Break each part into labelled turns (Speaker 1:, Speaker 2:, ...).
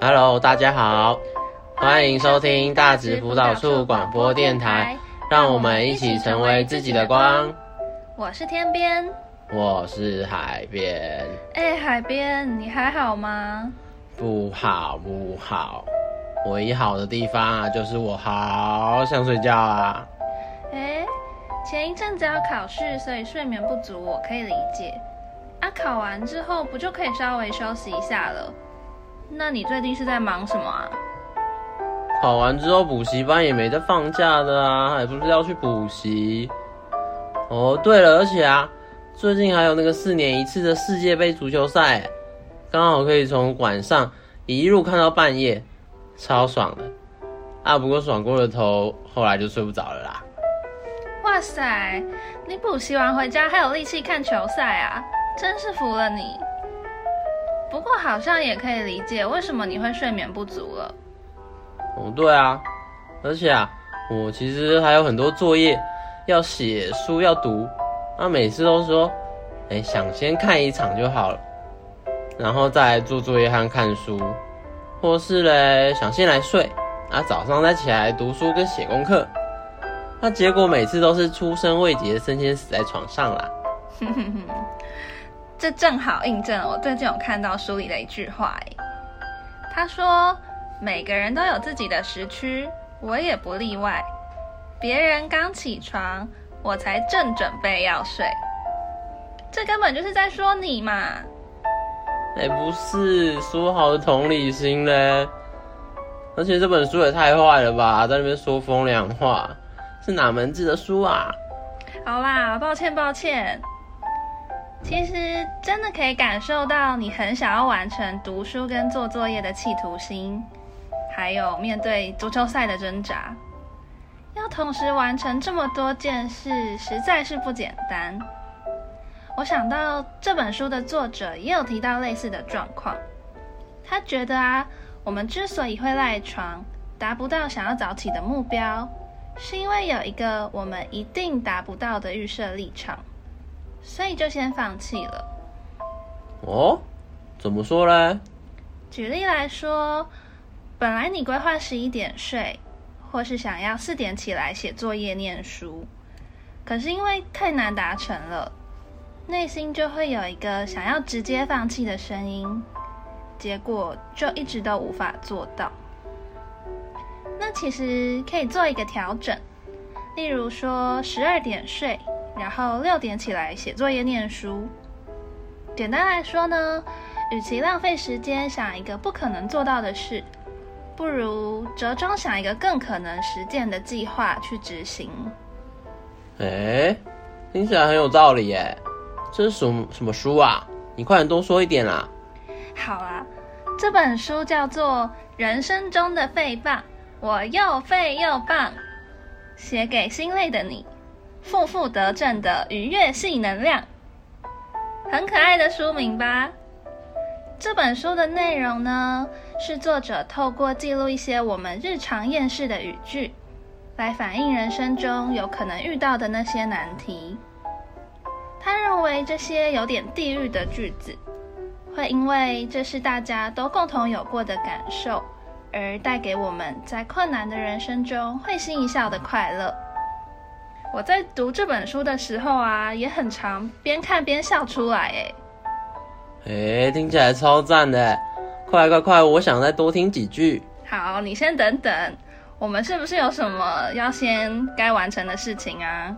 Speaker 1: Hello， 大家好，欢迎收听大直辅导处广播电台，让我们一起成为自己的光。
Speaker 2: 我是天边，
Speaker 1: 我是海边。
Speaker 2: 海边，你还好吗？
Speaker 1: 不好，唯一好的地方啊，就是我好想睡觉啊。
Speaker 2: 前一阵子要考试，所以睡眠不足，我可以理解。考完之后不就可以稍微休息一下了？那你最近是在忙什么啊？
Speaker 1: 考完之后补习班也没在放假的啊，还不是要去补习。对了，而且最近还有那个4年一次的世界杯足球赛，刚好可以从晚上一路看到半夜，超爽的。不过爽过了头，后来就睡不着了啦。
Speaker 2: 哇塞，你补习完回家还有力气看球赛啊，真是服了你。不过好像也可以理解为什么你会睡眠不足了。
Speaker 1: 对啊，而且我其实还有很多作业要写，书要读，每次都说想先看一场就好了，然后再来做作业和看书，或是想先来睡，早上再起来读书跟写功课。结果每次都是出生未捷身先死在床上啦。
Speaker 2: 这正好印证了我最近有看到书里的一句话。他说每个人都有自己的时区，我也不例外。别人刚起床，我才正准备要睡。这根本就是在说你嘛。
Speaker 1: 不是，说好的同理心嘞。而且这本书也太坏了吧，在那边说风凉话，是哪门子的书啊？
Speaker 2: 好啦，抱歉。其实真的可以感受到你很想要完成读书跟做作业的企图心，还有面对足球赛的挣扎。要同时完成这么多件事，实在是不简单。我想到这本书的作者也有提到类似的状况。他觉得我们之所以会赖床，达不到想要早起的目标，是因为有一个我们一定达不到的预设立场，所以就先放弃了。
Speaker 1: 怎么说呢？
Speaker 2: 举例来说，本来你规划11点睡，或是想要4点起来写作业念书，可是因为太难达成了，内心就会有一个想要直接放弃的声音，结果就一直都无法做到。那其实可以做一个调整，例如说12点睡，然后6点起来写作业念书。简单来说呢，与其浪费时间想一个不可能做到的事，不如折中想一个更可能实践的计划去执行。
Speaker 1: 听起来很有道理耶。这是什么书啊？你快点多说一点啦。
Speaker 2: 好啊，这本书叫做《人生中的废棒，我又废又棒》，写给心累的你，负负得正的愉悦系能量。很可爱的书名吧？这本书的内容呢，是作者透过记录一些我们日常厌世的语句，来反映人生中有可能遇到的那些难题。他认为这些有点地狱的句子，会因为这是大家都共同有过的感受，而带给我们在困难的人生中会心一笑的快乐。我在读这本书的时候也很常边看边笑出来。
Speaker 1: 听起来超赞的。快，我想再多听几句。
Speaker 2: 好，你先等等，我们是不是有什么要先该完成的事情啊？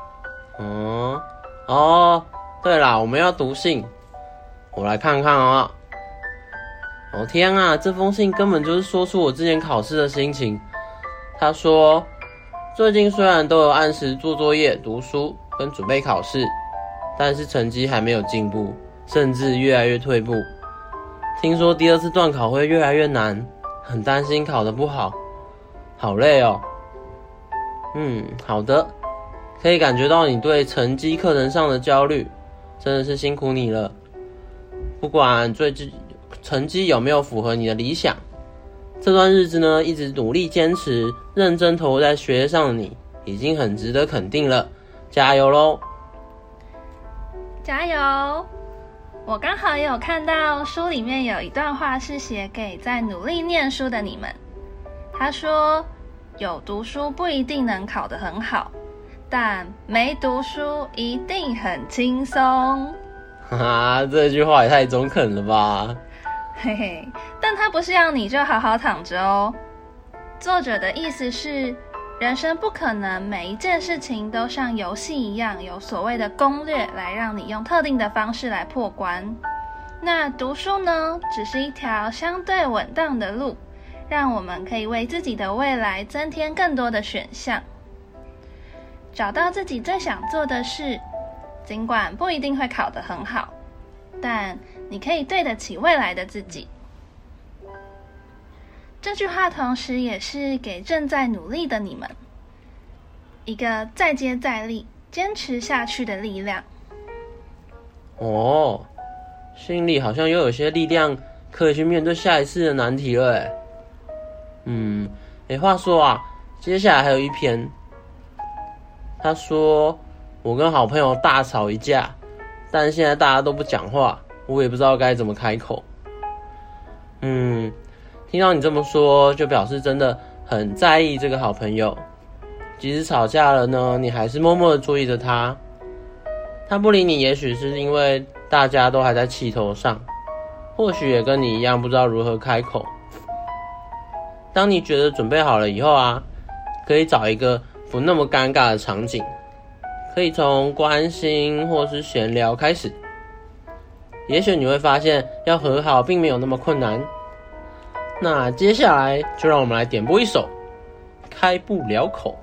Speaker 1: 对啦，我们要读信。我来看看天啊，这封信根本就是说出我之前考试的心情。他说，最近虽然都有按时做作业、读书跟准备考试，但是成绩还没有进步，甚至越来越退步。听说第2次段考会越来越难，很担心考得不好，好累哦。好的，可以感觉到你对成绩课程上的焦虑，真的是辛苦你了。不管最近成绩有没有符合你的理想，这段日子呢，一直努力坚持、认真投入在学业上的你，已经很值得肯定了。加油咯！
Speaker 2: 加油！ 我刚好也有看到书里面有一段话是写给在努力念书的你们。他说，有读书不一定能考得很好，但没读书一定很轻松。
Speaker 1: 哈哈，这句话也太中肯了吧。
Speaker 2: 嘿嘿，但他不是要你就好好躺着哦。作者的意思是，人生不可能每一件事情都像游戏一样有所谓的攻略来让你用特定的方式来破关。那读书呢，只是一条相对稳当的路，让我们可以为自己的未来增添更多的选项，找到自己最想做的事，尽管不一定会考得很好，但你可以对得起未来的自己。这句话同时也是给正在努力的你们一个再接再厉、坚持下去的力量。
Speaker 1: 哦，心里好像又有些力量可以去面对下一次的难题了诶。话说啊，接下来还有一篇，他说我跟好朋友大吵一架，但现在大家都不讲话，我也不知道该怎么开口。听到你这么说，就表示真的很在意这个好朋友。即使吵架了呢，你还是默默的注意着他。他不理你，也许是因为大家都还在气头上，或许也跟你一样不知道如何开口。当你觉得准备好了以后啊，可以找一个不那么尴尬的场景，可以从关心或是闲聊开始。也许你会发现要和好并没有那么困难。那接下来就让我们来点播一首《开不了口》。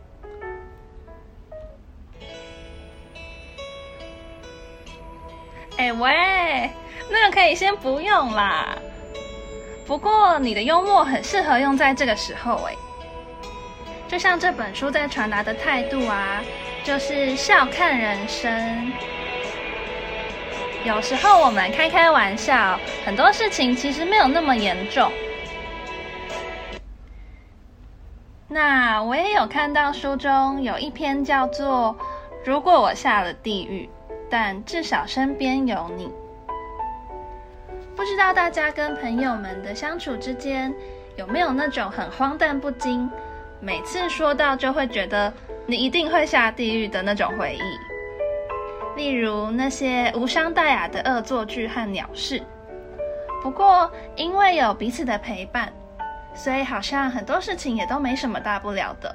Speaker 2: 喂，那个可以先不用啦。不过你的幽默很适合用在这个时候就像这本书在传达的态度啊，就是笑看人生。有时候我们开开玩笑，很多事情其实没有那么严重。那我也有看到书中有一篇叫做《如果我下了地狱，但至少身边有你》。不知道大家跟朋友们的相处之间，有没有那种很荒诞不经，每次说到就会觉得你一定会下地狱的那种回忆？例如那些无伤大雅的恶作剧和鸟事。不过因为有彼此的陪伴，所以好像很多事情也都没什么大不了的。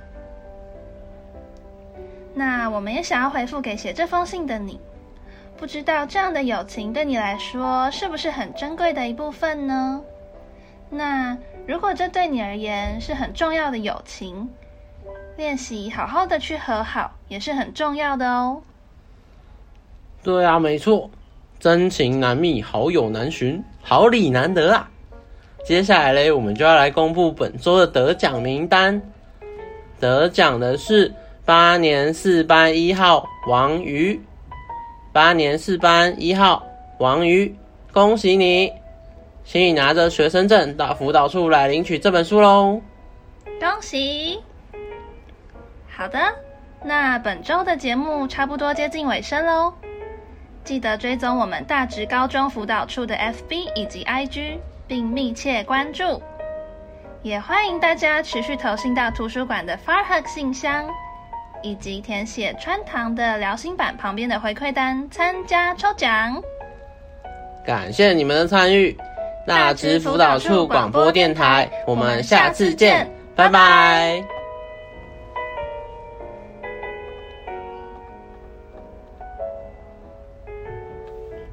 Speaker 2: 那我们也想要回复给写这封信的你，不知道这样的友情对你来说是不是很珍贵的一部分呢？那如果这对你而言是很重要的友情，练习好好的去和好也是很重要的哦。
Speaker 1: 对啊，没错，真情难觅，好友难寻，好礼难得啊。接下来嘞，我们就要来公布本周的得奖名单。得奖的是8年4班1号王瑜，8年4班1号王瑜，恭喜你，请你拿着学生证到辅导处来领取这本书咯。
Speaker 2: 恭喜！好的，那本周的节目差不多接近尾声咯，记得追踪我们大直高中辅导处的 FB 以及 IG， 并密切关注。也欢迎大家持续投信到图书馆的 FarHug 信箱，以及填写穿堂的聊心版旁边的回馈单参加抽奖。
Speaker 1: 感谢你们的参与，大直辅导处广播电台，我们下次见，拜拜。